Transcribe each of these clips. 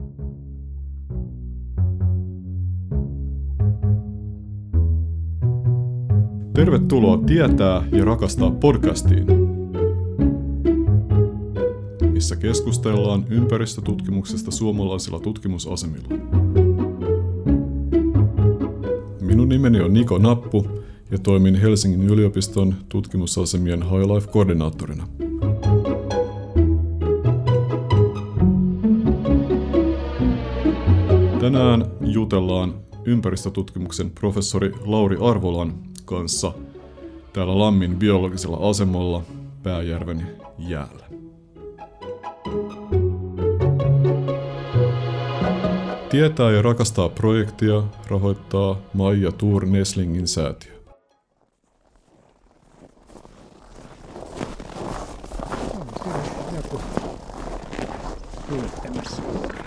Tervetuloa Tietää ja rakastaa podcastiin, missä keskustellaan ympäristötutkimuksesta suomalaisilla tutkimusasemilla. Minun nimeni on Niko Nappu ja toimin Helsingin yliopiston tutkimusasemien High Life-koordinaattorina. Tänään jutellaan ympäristötutkimuksen professori Lauri Arvolan kanssa täällä Lammin biologisella asemalla Pääjärven jäällä. Tietää ja rakastaa projektia rahoittaa Maija Thur Neslingin säätiö. Joku pyytämässä.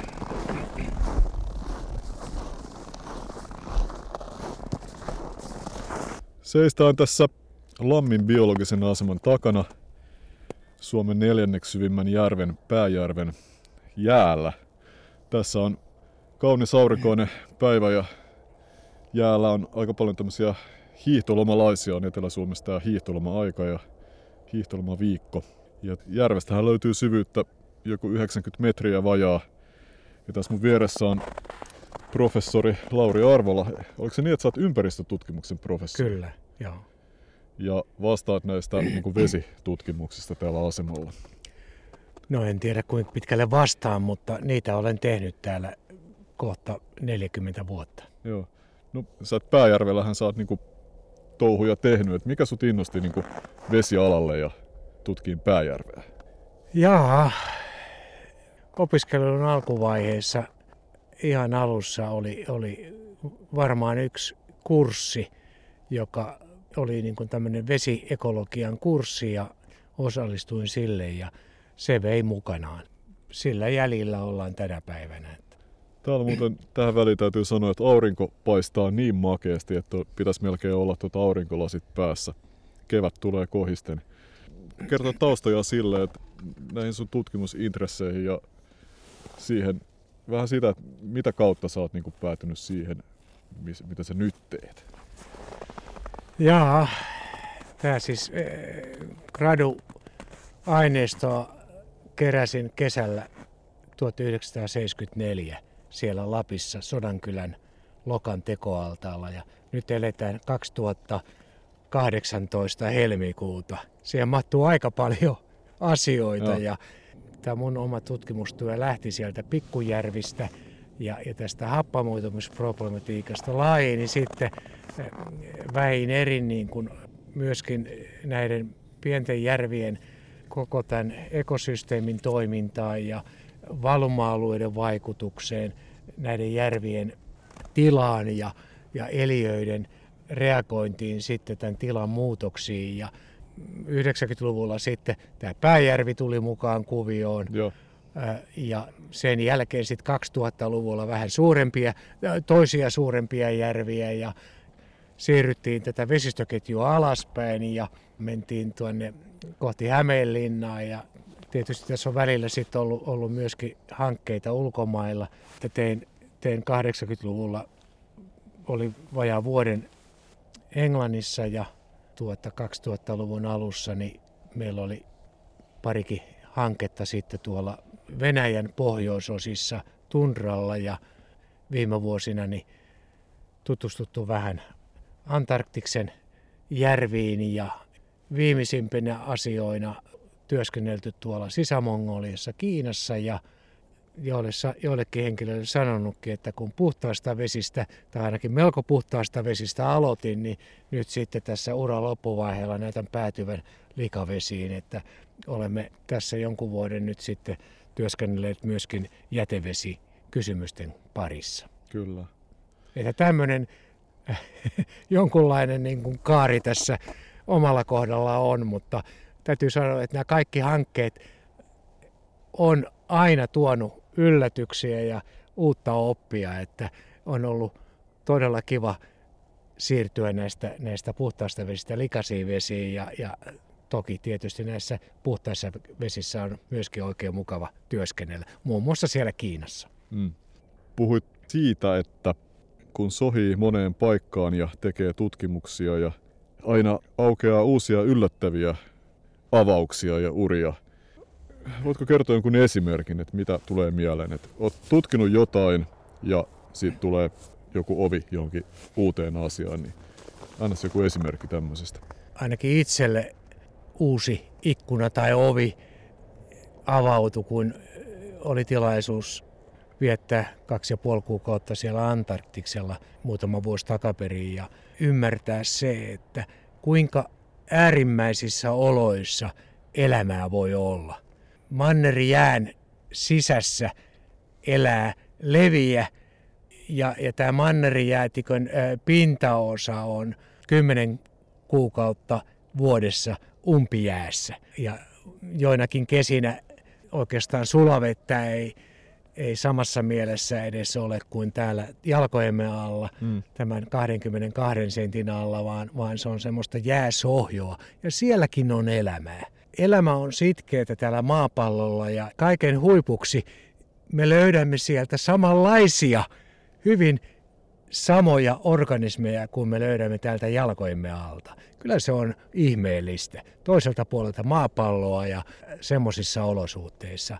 Seistään tässä Lammin biologisen aseman takana Suomen 4. syvimmän järven Pääjärven jäällä. Tässä on kaunis aurinkoinen päivä ja jäällä on aika paljon tämmöisiä hiihtolomalaisia. On Etelä-Suomesta tää hiihtoloma-aika ja hiihtolomaviikko. Ja järvestähän löytyy syvyyttä joku 90 metriä vajaa. Ja tässä mun vieressä on professori Lauri Arvola. Oliko se niin, että sä oot ympäristötutkimuksen professori? Kyllä, joo. Ja vastaat näistä vesitutkimuksista täällä asemalla. No en tiedä kuinka pitkälle vastaan, mutta niitä olen tehnyt täällä kohta 40 vuotta. Joo. No sä et Pääjärvellähän sä oot touhuja tehnyt. Et mikä sut innosti vesialalle ja tutkiin Pääjärveä? Jaa, opiskelun alkuvaiheessa ihan alussa oli varmaan yksi kurssi, joka oli tämmöinen vesiekologian kurssi ja osallistuin sille ja se vei mukanaan. Sillä jäljillä ollaan tänä päivänä. Täällä muuten tähän väliin täytyy sanoa, että aurinko paistaa niin makeasti, että pitäisi melkein olla aurinkolasit päässä. Kevät tulee kohisten. Kertoo taustoja sille, että näihin sun tutkimusintresseihin ja siihen vähän sitä, että mitä kautta sä oot päätynyt siihen, mitä sä nyt teet. Jaa, tää siis gradu-aineistoa keräsin kesällä 1974 siellä Lapissa Sodankylän Lokan tekoaltaalla ja nyt eletään 2018 helmikuuta. Siihen mahtuu aika paljon asioita ja tämä mun oma tutkimustyö lähti sieltä pikkujärvistä ja tästä happamoitumisproblematiikasta laajeni sitten vähin erin myöskin näiden pienten järvien koko tämän ekosysteemin toimintaan ja valuma-alueiden vaikutukseen, näiden järvien tilaan ja eliöiden reagointiin sitten tämän tilan muutoksiin. Ja 90-luvulla sitten tämä Pääjärvi tuli mukaan kuvioon. Joo. Ja sen jälkeen sitten 2000-luvulla vähän toisia suurempia järviä ja siirryttiin tätä vesistöketjua alaspäin ja mentiin tuonne kohti Hämeenlinnaa ja tietysti tässä on välillä sitten ollut myöskin hankkeita ulkomailla. Tein 80-luvulla, oli vajaa vuoden Englannissa ja 2000-luvun alussa niin meillä oli parikin hanketta sitten tuolla Venäjän pohjoisosissa tundralla ja viime vuosina niin tutustuttu vähän Antarktiksen järviin ja viimeisimpinä asioina työskennelty tuolla Sisä-Mongoliassa Kiinassa ja joillekin henkilöille sanonutkin, että kun puhtaasta vesistä tai ainakin melko puhtaasta vesistä aloitin, niin nyt sitten tässä uran loppuvaiheella näytän päätyvän likavesiin, että olemme tässä jonkun vuoden nyt sitten työskennelleet myöskin jätevesikysymysten parissa. Kyllä. Että tämmöinen jonkunlainen kaari tässä omalla kohdalla on, mutta täytyy sanoa, että nämä kaikki hankkeet on aina tuonut yllätyksiä ja uutta oppia, että on ollut todella kiva siirtyä näistä puhtaista vesistä likaisiin vesiin ja toki tietysti näissä puhtaissa vesissä on myöskin oikein mukava työskennellä, muun muassa siellä Kiinassa. Puhuit siitä, että kun sohii moneen paikkaan ja tekee tutkimuksia ja aina aukeaa uusia yllättäviä avauksia ja uria. Voitko kertoa jonkun esimerkin, että mitä tulee mieleen? Että olet tutkinut jotain ja siitä tulee joku ovi johonkin uuteen asiaan, niin anna joku esimerkki tämmöisestä. Ainakin itselle uusi ikkuna tai ovi avautui, kun oli tilaisuus viettää 2,5 kuukautta siellä Antarktiksella muutama vuosi takaperin ja ymmärtää se, että kuinka äärimmäisissä oloissa elämää voi olla. Mannerjään sisässä elää leviä ja tämä mannerjäätikön pintaosa on 10 kuukautta vuodessa umpijäässä. Ja joinakin kesinä oikeastaan sulavettä ei samassa mielessä edes ole kuin täällä jalkojemme alla, tämän 22 sentin alla, vaan se on semmoista jääsohjoa. Ja sielläkin on elämää. Elämä on sitkeätä täällä maapallolla ja kaiken huipuksi me löydämme sieltä samanlaisia, hyvin samoja organismeja kuin me löydämme täältä jalkojemme alta. Kyllä se on ihmeellistä. Toiselta puolelta maapalloa ja semmoisissa olosuhteissa.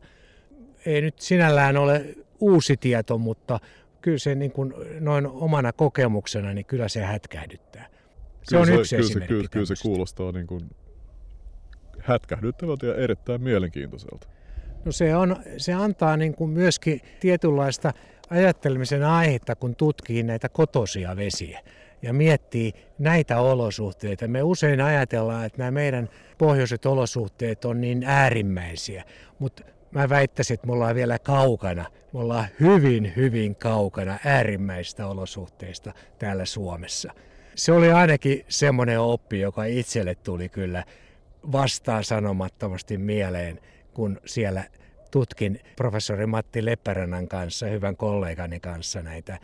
Ei nyt sinällään ole uusi tieto, mutta kyllä se niin kuin noin omana kokemuksena, niin kyllä se hätkähdyttää. Se on yksi esimerkki. Kyllä se kuulostaa niin kuin hätkähdyttävältä ja erittäin mielenkiintoiselta. No se antaa niin kuin myöskin tietynlaista ajattelemisen aihetta, kun tutkii näitä kotoisia vesiä ja miettii näitä olosuhteita. Me usein ajatellaan, että nämä meidän pohjoiset olosuhteet on niin äärimmäisiä, mutta mä väittäisin, että me ollaan vielä kaukana. Me ollaan hyvin, hyvin kaukana äärimmäisistä olosuhteista täällä Suomessa. Se oli ainakin semmoinen oppi, joka itselle tuli kyllä vastaan sanomattomasti mieleen, kun siellä tutkin professori Matti Leppärannan kanssa, hyvän kollegani kanssa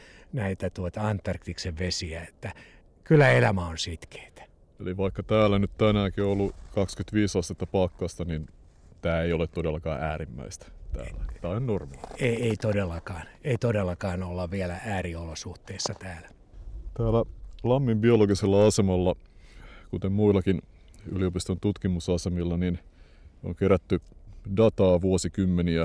näitä Antarktiksen vesiä, että kyllä elämä on sitkeitä. Eli vaikka täällä nyt tänäänkin on ollut 25 astetta pakkasta, niin tämä ei ole todellakaan äärimmäistä täällä. Tämä on normaali. Ei todellakaan. Ei todellakaan olla vielä ääriolosuhteissa täällä. Täällä Lammin biologisella asemalla, kuten muillakin yliopiston tutkimusasemilla, niin on kerätty dataa vuosikymmeniä,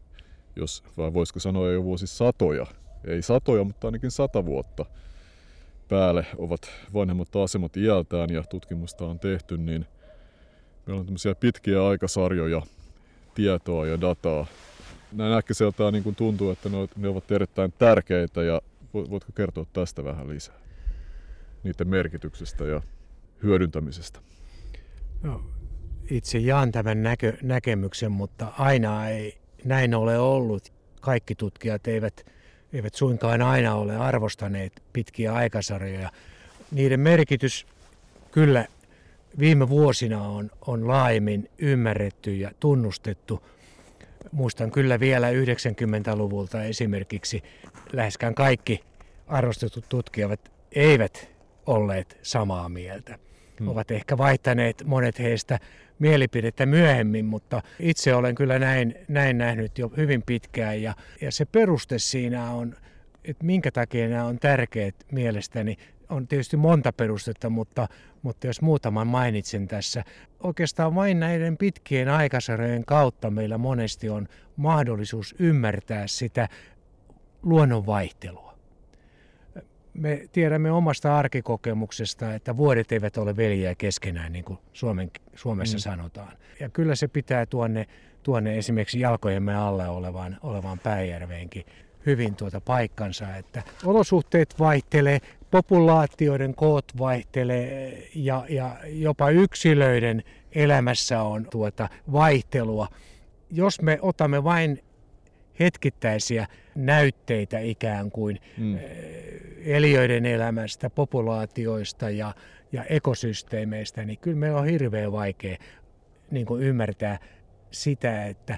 vai voisiko sanoa jo vuosisatoja. Ei satoja, mutta ainakin 100 vuotta päälle ovat vanhemmat asemat iältään ja tutkimusta on tehty, niin meillä on tämmöisiä pitkiä aikasarjoja, tietoa ja dataa. Näin äkkiseltään niin kuin tuntuu, että ne ovat erittäin tärkeitä ja voitko kertoa tästä vähän lisää? Niiden merkityksestä ja hyödyntämisestä. No, itse jaan tämän näkemyksen, mutta aina ei näin ole ollut. Kaikki tutkijat eivät suinkaan aina ole arvostaneet pitkiä aikasarjoja. Niiden merkitys kyllä viime vuosina on laajemmin ymmärretty ja tunnustettu. Muistan kyllä vielä 90-luvulta esimerkiksi läheskään kaikki arvostetut tutkijat eivät olleet samaa mieltä. Ovat ehkä vaihtaneet monet heistä mielipidettä myöhemmin, mutta itse olen kyllä näin nähnyt jo hyvin pitkään. Ja se peruste siinä on, että minkä takia nämä on tärkeät mielestäni. On tietysti monta perustetta, mutta jos muutaman mainitsen tässä. Oikeastaan vain näiden pitkien aikasarjojen kautta meillä monesti on mahdollisuus ymmärtää sitä luonnonvaihtelua. Me tiedämme omasta arkikokemuksesta, että vuodet eivät ole veljiä keskenään, niin kuin Suomessa sanotaan. Ja kyllä se pitää tuonne esimerkiksi jalkojemme alla olevaan Pääjärveenkin hyvin paikkansa, että olosuhteet vaihtelee, populaatioiden koot vaihtelee ja jopa yksilöiden elämässä on vaihtelua. Jos me otamme vain hetkittäisiä näytteitä ikään kuin eliöiden elämästä, populaatioista ja ekosysteemeistä, niin kyllä meillä on hirveän vaikea niin kuin ymmärtää sitä, että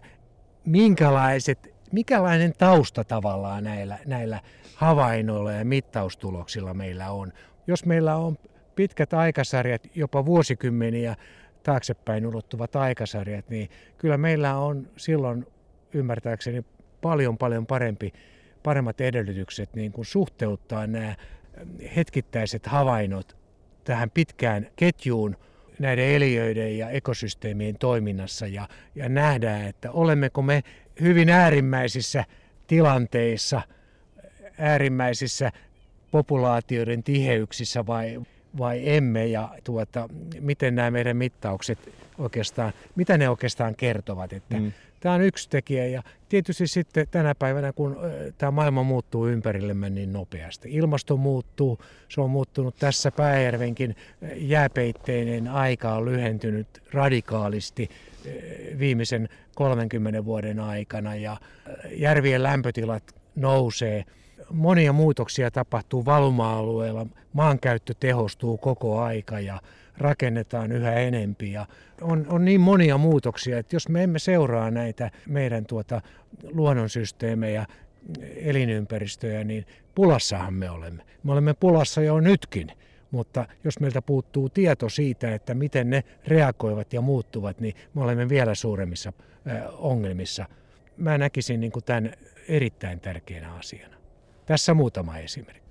mikälainen tausta tavallaan näillä havainnoilla ja mittaustuloksilla meillä on. Jos meillä on pitkät aikasarjat, jopa vuosikymmeniä taaksepäin ulottuvat aikasarjat, niin kyllä meillä on silloin ymmärtääkseni paljon paremmat edellytykset niin kuin suhteuttaa nämä hetkittäiset havainnot tähän pitkään ketjuun näiden eliöiden ja ekosysteemien toiminnassa ja nähdään, että olemmeko me hyvin äärimmäisissä tilanteissa, äärimmäisissä populaatioiden tiheyksissä vai emme ja miten nämä meidän mittaukset oikeastaan, mitä ne oikeastaan kertovat. Että tämä on yksi tekijä ja tietysti sitten tänä päivänä, kun tämä maailma muuttuu ympärillemme niin nopeasti. Ilmasto muuttuu, se on muuttunut tässä Pääjärvenkin jääpeitteinen aika on lyhentynyt radikaalisti viimeisen 30 vuoden aikana ja järvien lämpötilat nousee. Monia muutoksia tapahtuu valuma-alueella, maankäyttö tehostuu koko aika ja rakennetaan yhä enempi. Ja on niin monia muutoksia, että jos me emme seuraa näitä meidän luonnonsysteemejä, elinympäristöjä, niin pulassahan me olemme. Me olemme pulassa jo nytkin, mutta jos meiltä puuttuu tieto siitä, että miten ne reagoivat ja muuttuvat, niin me olemme vielä suuremmissa ongelmissa. Mä näkisin niin kuin tämän erittäin tärkeänä asiana. Tässä muutama esimerkki.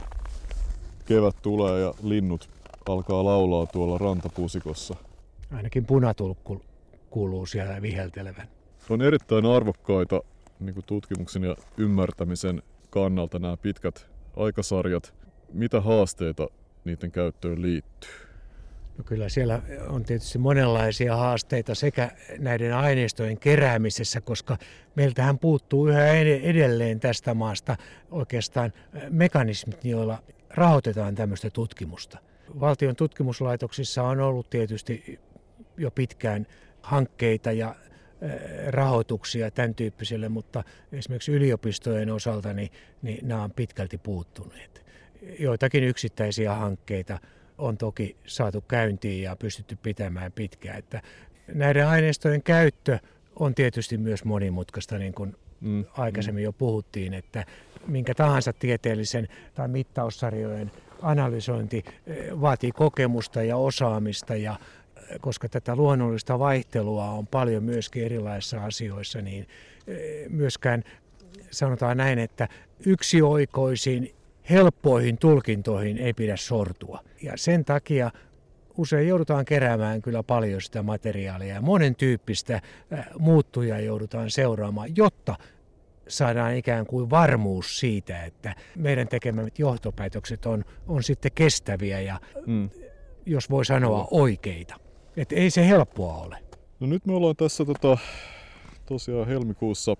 Kevät tulee ja linnut alkaa laulaa tuolla rantapusikossa. Ainakin punatulkku kuuluu siellä viheltelevän. On erittäin arvokkaita niin kuin tutkimuksen ja ymmärtämisen kannalta nämä pitkät aikasarjat. Mitä haasteita niiden käyttöön liittyy? No kyllä siellä on tietysti monenlaisia haasteita sekä näiden aineistojen keräämisessä, koska meiltähän puuttuu yhä edelleen tästä maasta oikeastaan mekanismit, joilla rahoitetaan tämmöistä tutkimusta. Valtion tutkimuslaitoksissa on ollut tietysti jo pitkään hankkeita ja rahoituksia tämän tyyppiselle, mutta esimerkiksi yliopistojen osalta niin nämä on pitkälti puuttuneet. Joitakin yksittäisiä hankkeita on toki saatu käyntiin ja pystytty pitämään pitkään. Että näiden aineistojen käyttö on tietysti myös monimutkaista, niin kuin aikaisemmin jo puhuttiin, että minkä tahansa tieteellisen tai mittaussarjojen analysointi vaatii kokemusta ja osaamista, ja koska tätä luonnollista vaihtelua on paljon myöskin erilaisissa asioissa, niin myöskään sanotaan näin, että yksioikoisiin helppoihin tulkintoihin ei pidä sortua. Ja sen takia usein joudutaan keräämään kyllä paljon sitä materiaalia ja monen tyyppistä muuttujaa joudutaan seuraamaan, jotta saadaan ikään kuin varmuus siitä, että meidän tekemät johtopäätökset on sitten kestäviä ja jos voi sanoa oikeita. Että ei se helppoa ole. No nyt me ollaan tässä tosiaan helmikuussa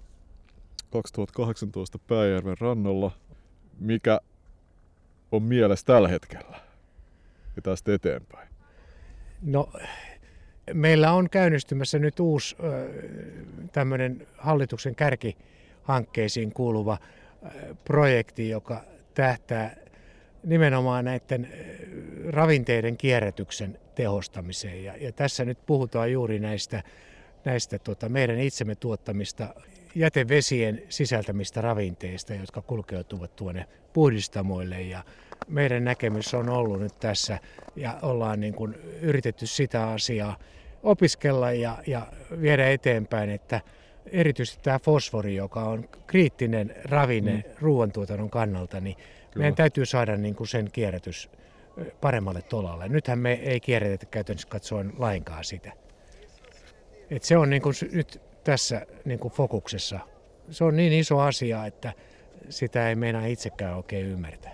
2018 Pääjärven rannalla. Mikä on mielessä tällä hetkellä ja tästä eteenpäin? No, meillä on käynnistymässä nyt uusi tämmöinen hallituksen kärkihankkeisiin kuuluva projekti, joka tähtää nimenomaan näiden ravinteiden kierrätyksen tehostamiseen. Ja tässä nyt puhutaan juuri näistä meidän itsemme tuottamista jätevesien sisältämistä ravinteista, jotka kulkeutuvat tuonne puhdistamoille. Ja meidän näkemys on ollut nyt tässä ja ollaan niin kuin yritetty sitä asiaa opiskella ja viedä eteenpäin, että erityisesti tämä fosfori, joka on kriittinen ravinne ruoantuotannon kannalta, niin meidän täytyy saada niin kuin sen kierrätys paremmalle tolalle. Nythän me ei kierrätetä käytännössä katsoen lainkaan sitä. Et se on niin kuin nyt tässä niin kuin fokuksessa. Se on niin iso asia, että sitä ei meinaa itsekään oikein ymmärtää.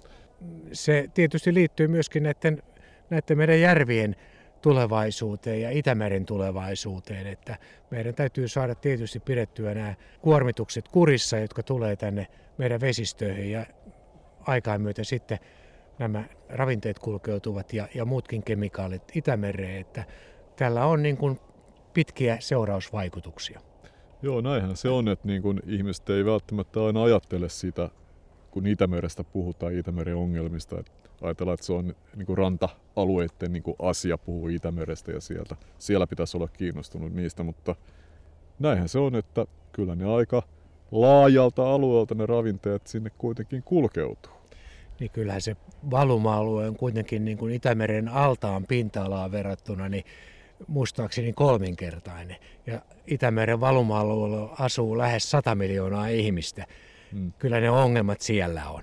Se tietysti liittyy myöskin näiden meidän järvien tulevaisuuteen ja Itämeren tulevaisuuteen, että meidän täytyy saada tietysti pidettyä nämä kuormitukset kurissa, jotka tulee tänne meidän vesistöihin ja aikaan myöten sitten nämä ravinteet kulkeutuvat ja muutkin kemikaalit Itämereen, että tällä on niin kuin pitkiä seurausvaikutuksia. Joo, näinhän se on, että niin kun ihmiset ei välttämättä aina ajattele sitä, kun Itämerestä puhutaan, Itämeren ongelmista. Että ajatellaan, että se on niin kuin ranta-alueiden niin kuin asia puhua Itämerestä ja siellä pitäisi olla kiinnostunut niistä, mutta näinhän se on, että kyllä ne aika laajalta alueelta ne ravinteet sinne kuitenkin kulkeutuu. Niin kyllähän se valuma-alue on kuitenkin niin kuin Itämeren altaan pinta-alaa verrattuna niin muistaakseni 3-kertainen. Ja Itämeren valuma-alueella asuu lähes 100 miljoonaa ihmistä. Kyllä ne ongelmat siellä on.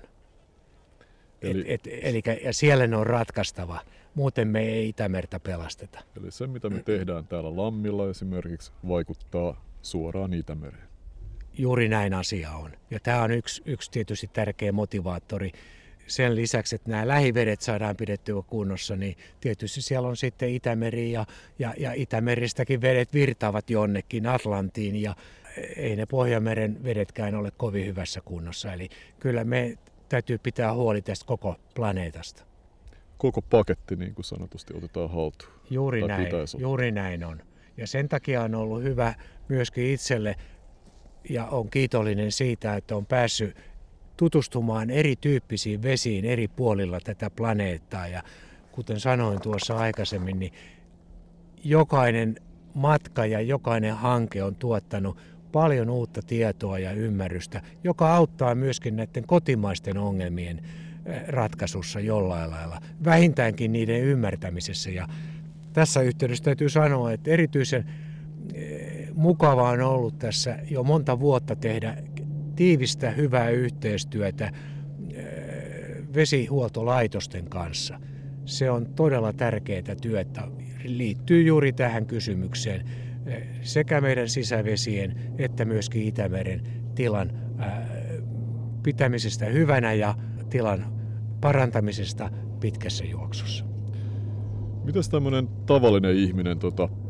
Ja siellä ne on ratkaistava. Muuten me ei Itämerta pelasteta. Eli se, mitä me tehdään täällä Lammilla esimerkiksi, vaikuttaa suoraan Itämereen. Juuri näin asia on. Ja tämä on yksi tietysti tärkeä motivaattori. Sen lisäksi, että nämä lähivedet saadaan pidettyä kunnossa, niin tietysti siellä on sitten Itämeri ja Itämeristäkin vedet virtaavat jonnekin Atlantiin ja ei ne Pohjanmeren vedetkään ole kovin hyvässä kunnossa. Eli kyllä me täytyy pitää huoli tästä koko planeetasta. Koko paketti, niin kuin sanotusti, otetaan haltuun. Juuri näin on. Ja sen takia on ollut hyvä myöskin itselle ja on kiitollinen siitä, että on päässyt tutustumaan erityyppisiin vesiin eri puolilla tätä planeettaa. Ja kuten sanoin tuossa aikaisemmin, niin jokainen matka ja jokainen hanke on tuottanut paljon uutta tietoa ja ymmärrystä, joka auttaa myöskin näiden kotimaisten ongelmien ratkaisussa jollain lailla, vähintäänkin niiden ymmärtämisessä. Ja tässä yhteydessä täytyy sanoa, että erityisen mukavaa on ollut tässä jo monta vuotta tehdä tiivistä, hyvää yhteistyötä vesihuoltolaitosten kanssa. Se on todella tärkeää työtä, liittyy juuri tähän kysymykseen sekä meidän sisävesien että myöskin Itämeren tilan pitämisestä hyvänä ja tilan parantamisesta pitkässä juoksussa. Mitäs tämmöinen tavallinen ihminen,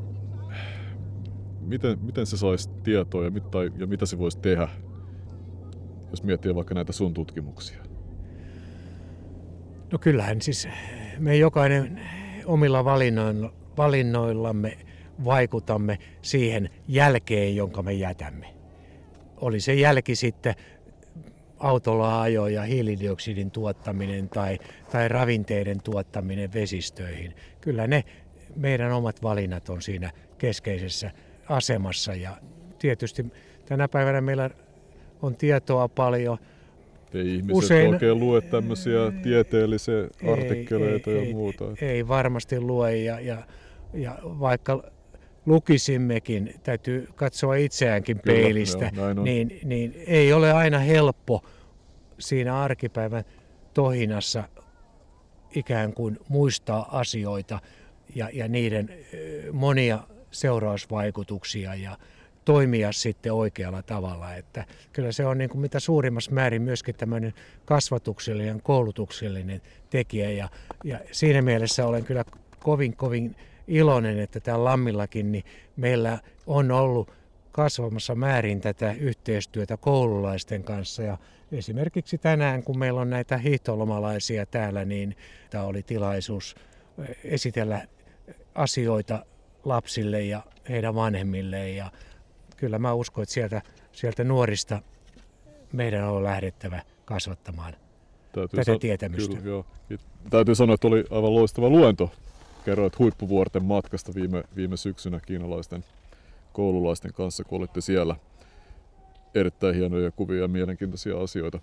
miten se saisi tietoa ja mitä se voisi tehdä, jos miettii vaikka näitä sun tutkimuksia? No kyllähän siis me jokainen omilla valinnoillamme vaikutamme siihen jälkeen, jonka me jätämme. Oli se jälki sitten autolla ajo ja hiilidioksidin tuottaminen tai ravinteiden tuottaminen vesistöihin. Kyllä ne meidän omat valinnat on siinä keskeisessä asemassa ja tietysti tänä päivänä meillä on tietoa paljon. Ei ihmiset oikein lue tämmöisiä tieteellisiä artikkeleita ja muuta. Ei varmasti lue ja vaikka lukisimmekin, täytyy katsoa itseäänkin peilistä, niin ei ole aina helppo siinä arkipäivän tohinassa ikään kuin muistaa asioita ja niiden monia seurausvaikutuksia ja toimia sitten oikealla tavalla. Että kyllä se on niin kuin mitä suurimmassa määrin myöskin tämmöinen kasvatuksellinen, koulutuksellinen tekijä ja siinä mielessä olen kyllä kovin iloinen, että täällä Lammillakin niin meillä on ollut kasvamassa määrin tätä yhteistyötä koululaisten kanssa ja esimerkiksi tänään, kun meillä on näitä hiihtolomalaisia täällä, niin tämä oli tilaisuus esitellä asioita lapsille ja heidän vanhemmilleen ja kyllä mä uskon, että sieltä nuorista meidän on lähdettävä kasvattamaan tätä tietämystä. Kyllä, joo. Täytyy sanoa, että oli aivan loistava luento. Kerroit Huippuvuorten matkasta viime syksynä kiinalaisten koululaisten kanssa, kun olitte siellä. Erittäin hienoja kuvia ja mielenkiintoisia asioita.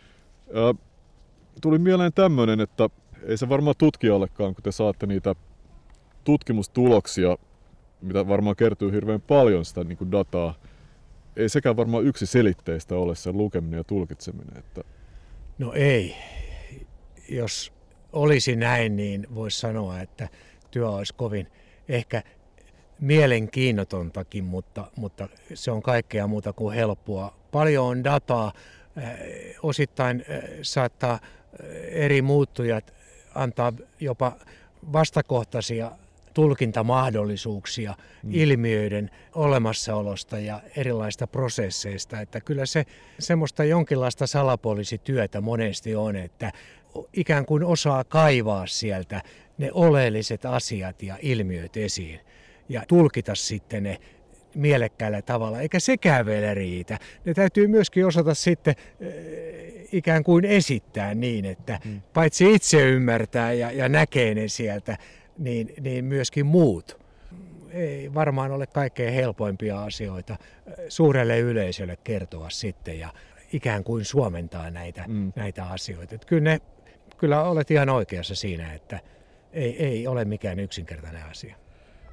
Tuli mieleen tämmöinen, että ei se varmaan tutkijallekaan, kun te saatte niitä tutkimustuloksia, mitä varmaan kertyy hirveän paljon sitä niin kuin dataa, ei sekään varmaan yksiselitteistä ole sen lukeminen ja tulkitseminen. Että... No ei. Jos olisi näin, niin voisi sanoa, että työ olisi kovin ehkä mielenkiinnotontakin, mutta se on kaikkea muuta kuin helppoa. Paljon on dataa, osittain saattaa eri muuttujat antaa jopa vastakohtaisia tulkintamahdollisuuksia ilmiöiden olemassaolosta ja erilaisista prosesseista. Että kyllä se semmoista jonkinlaista salapoliisityötä monesti on, että ikään kuin osaa kaivaa sieltä ne oleelliset asiat ja ilmiöt esiin ja tulkita sitten ne mielekkäällä tavalla, eikä sekään vielä riitä. Ne täytyy myöskin osata sitten ikään kuin esittää niin, että paitsi itse ymmärtää ja näkee ne sieltä, niin myöskin muut. Ei varmaan ole kaikkein helpoimpia asioita suurelle yleisölle kertoa sitten ja ikään kuin suomentaa näitä asioita. Että kyllä olet ihan oikeassa siinä, että ei ole mikään yksinkertainen asia.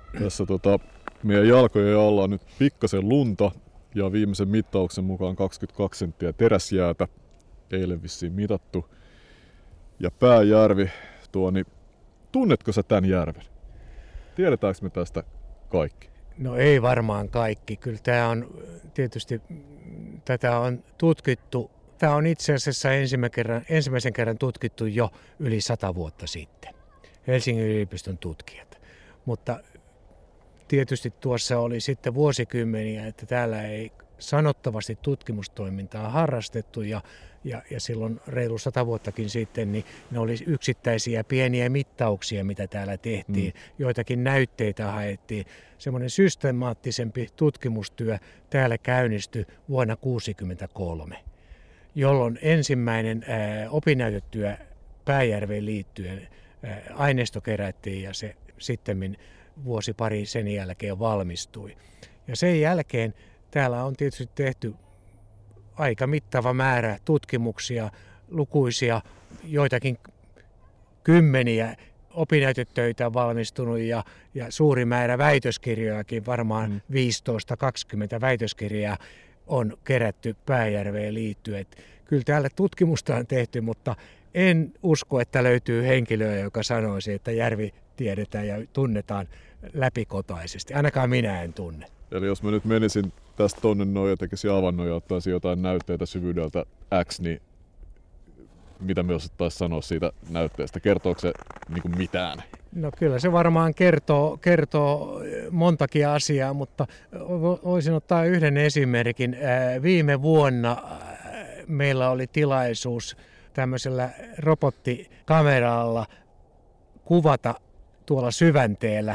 Tässä meidän jalkojen alla on nyt pikkasen lunta ja viimeisen mittauksen mukaan 22 senttiä teräsjäätä. Eilen vissiin mitattu. Ja Pääjärvi, niin tunnetko sä tämän järven? Tiedetäänkö me tästä kaikki? No ei varmaan kaikki. Kyllä tämä on tietysti, tätä on tutkittu. Tämä on itse asiassa ensimmäisen kerran tutkittu jo yli 100 vuotta sitten. Helsingin yliopiston tutkijat. Mutta tietysti tuossa oli sitten vuosikymmeniä, että täällä ei sanottavasti tutkimustoimintaa harrastettu ja silloin reilu 100 vuottakin sitten niin ne oli yksittäisiä pieniä mittauksia, mitä täällä tehtiin. Joitakin näytteitä haettiin. Semmoinen systemaattisempi tutkimustyö täällä käynnistyi vuonna 1963, jolloin ensimmäinen opinnäytetyö Pääjärveen liittyen aineisto kerättiin ja se sitten vuosi pari sen jälkeen valmistui. Ja sen jälkeen täällä on tietysti tehty aika mittava määrä tutkimuksia, lukuisia, joitakin kymmeniä opinnäytetöitä valmistunut ja suuri määrä väitöskirjojakin, varmaan 15-20 väitöskirjaa on kerätty Pääjärveen liittyen. Kyllä täällä tutkimusta on tehty, mutta en usko, että löytyy henkilöä, joka sanoisi, että järvi tiedetään ja tunnetaan läpikotaisesti. Ainakaan minä en tunne. Eli jos mä nyt menisin tästä tonne noin ja tekisin avannon ja ottaisin jotain näytteitä syvyydeltä X, niin mitä me osattaisiin sanoa siitä näytteestä? Kertooko se niin kuin mitään? No kyllä se varmaan kertoo montakin asiaa, mutta voisin ottaa yhden esimerkin. Viime vuonna meillä oli tilaisuus tämmöisellä robottikameralla kuvata tuolla Syvänteellä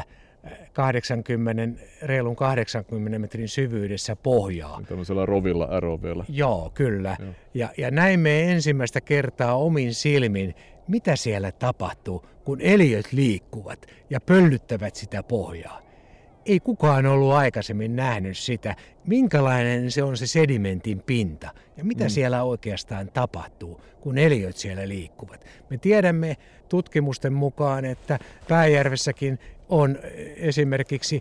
reilun 80 metrin syvyydessä pohjaa. Tämmöisellä rovilla, ROV:llä. Joo, kyllä. Joo. Ja näimme ensimmäistä kertaa omin silmin, mitä siellä tapahtuu, kun eliöt liikkuvat ja pöllyttävät sitä pohjaa. Ei kukaan ollut aikaisemmin nähnyt sitä, minkälainen se on se sedimentin pinta ja mitä siellä oikeastaan tapahtuu, kun eliöt siellä liikkuvat. Me tiedämme tutkimusten mukaan, että Pääjärvessäkin on esimerkiksi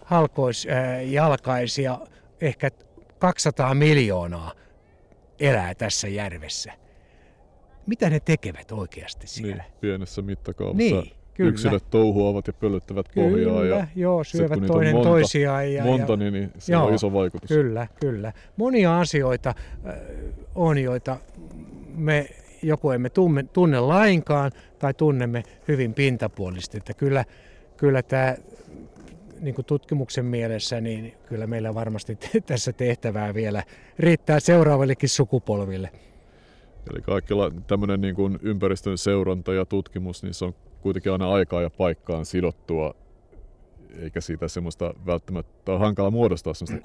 halkoisjalkaisia, ehkä 200 miljoonaa elää tässä järvessä. Mitä ne tekevät oikeasti siellä? Niin, pienessä mittakaavassa. Niin, kyllä. Yksilöt touhuavat ja pöllyttävät pohjaa. Kyllä, syövät toinen toisiaan. Niin se on iso vaikutus. Kyllä. Monia asioita on, joita me joko emme tunne lainkaan tai tunnemme hyvin pintapuolisesti. Että kyllä tämä niin kuin tutkimuksen mielessä, niin kyllä meillä varmasti tässä tehtävää vielä riittää seuraavillekin sukupolville. Eli kaikilla tämmöinen niin kuin ympäristön seuranta ja tutkimus, niin se on kuitenkin aina aikaan ja paikkaan sidottua, eikä siitä semmoista välttämättä ole hankala muodostaa semmoista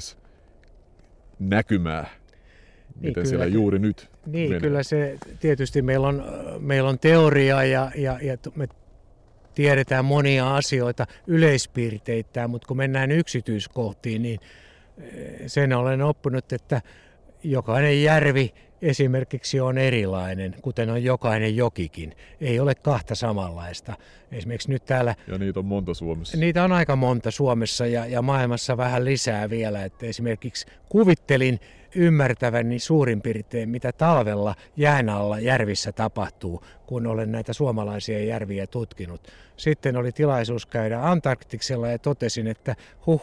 kokonaisnäkymää, miten siellä juuri nyt menee. Kyllä se tietysti meillä on teoria ja me tiedetään monia asioita yleispiirteittäin, mutta kun mennään yksityiskohtiin, niin sen olen oppinut, että jokainen järvi esimerkiksi on erilainen, kuten on jokainen jokikin. Ei ole kahta samanlaista. Esimerkiksi nyt täällä... Ja niitä on monta Suomessa. Niitä on aika monta Suomessa ja maailmassa vähän lisää vielä. Että esimerkiksi kuvittelin ymmärtäväni suurin piirtein, mitä talvella jään alla järvissä tapahtuu, kun olen näitä suomalaisia järviä tutkinut. Sitten oli tilaisuus käydä Antarktiksella ja totesin, että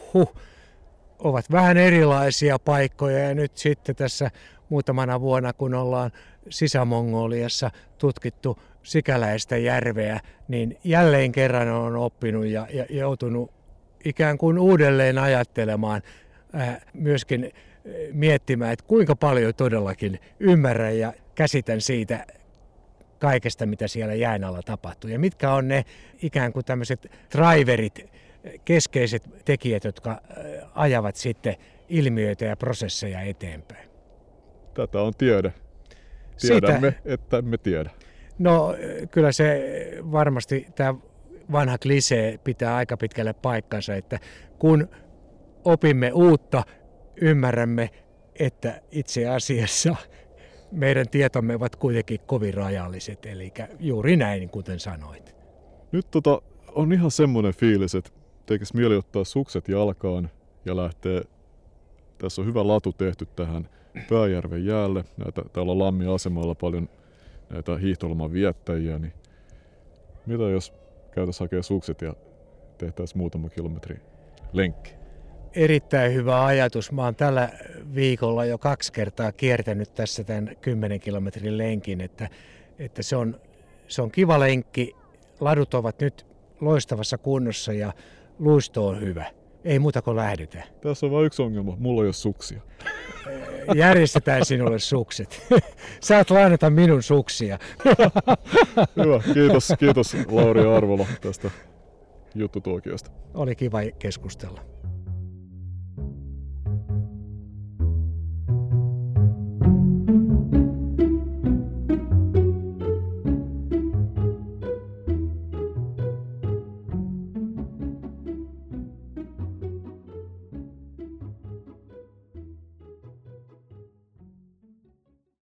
ovat vähän erilaisia paikkoja ja nyt sitten tässä muutamana vuonna, kun ollaan Sisä-Mongoliassa tutkittu sikäläistä järveä, niin jälleen kerran on oppinut ja joutunut ikään kuin uudelleen ajattelemaan, myöskin miettimään, että kuinka paljon todellakin ymmärrän ja käsitän siitä kaikesta, mitä siellä jään alla tapahtuu. Ja mitkä on ne ikään kuin tämmöiset driverit, keskeiset tekijät, jotka ajavat sitten ilmiöitä ja prosesseja eteenpäin. Tätä on tiede. Tiedämme, että emme tiedä. No kyllä se varmasti tämä vanha klisee pitää aika pitkälle paikkansa, että kun opimme uutta, ymmärrämme, että itse asiassa meidän tietomme ovat kuitenkin kovin rajalliset, eli juuri näin, kuten sanoit. Nyt on ihan semmoinen fiilis, että tekisi mieli ottaa sukset jalkaan ja lähtee. Tässä on hyvä latu tehty tähän Pääjärven jäälle. Täällä on Lammin asemalla paljon näitä hiihtoloman viettäjiä. Niin mitä jos käytäisiin hakea sukset ja tehtäisiin muutama kilometri lenkki? Erittäin hyvä ajatus. Mä oon tällä viikolla jo 2 kertaa kiertänyt tässä tämän 10 kilometrin lenkin, että se on kiva lenkki. Ladut ovat nyt loistavassa kunnossa ja luisto on hyvä. Ei muuta kuin lähdetään. Tässä on vain yksi ongelma. Mulla ei ole suksia. Järjestetään sinulle sukset. Saat lainata minun suksia. Hyvä. Kiitos Lauri Arvola tästä juttutuokiosta. Oli kiva keskustella.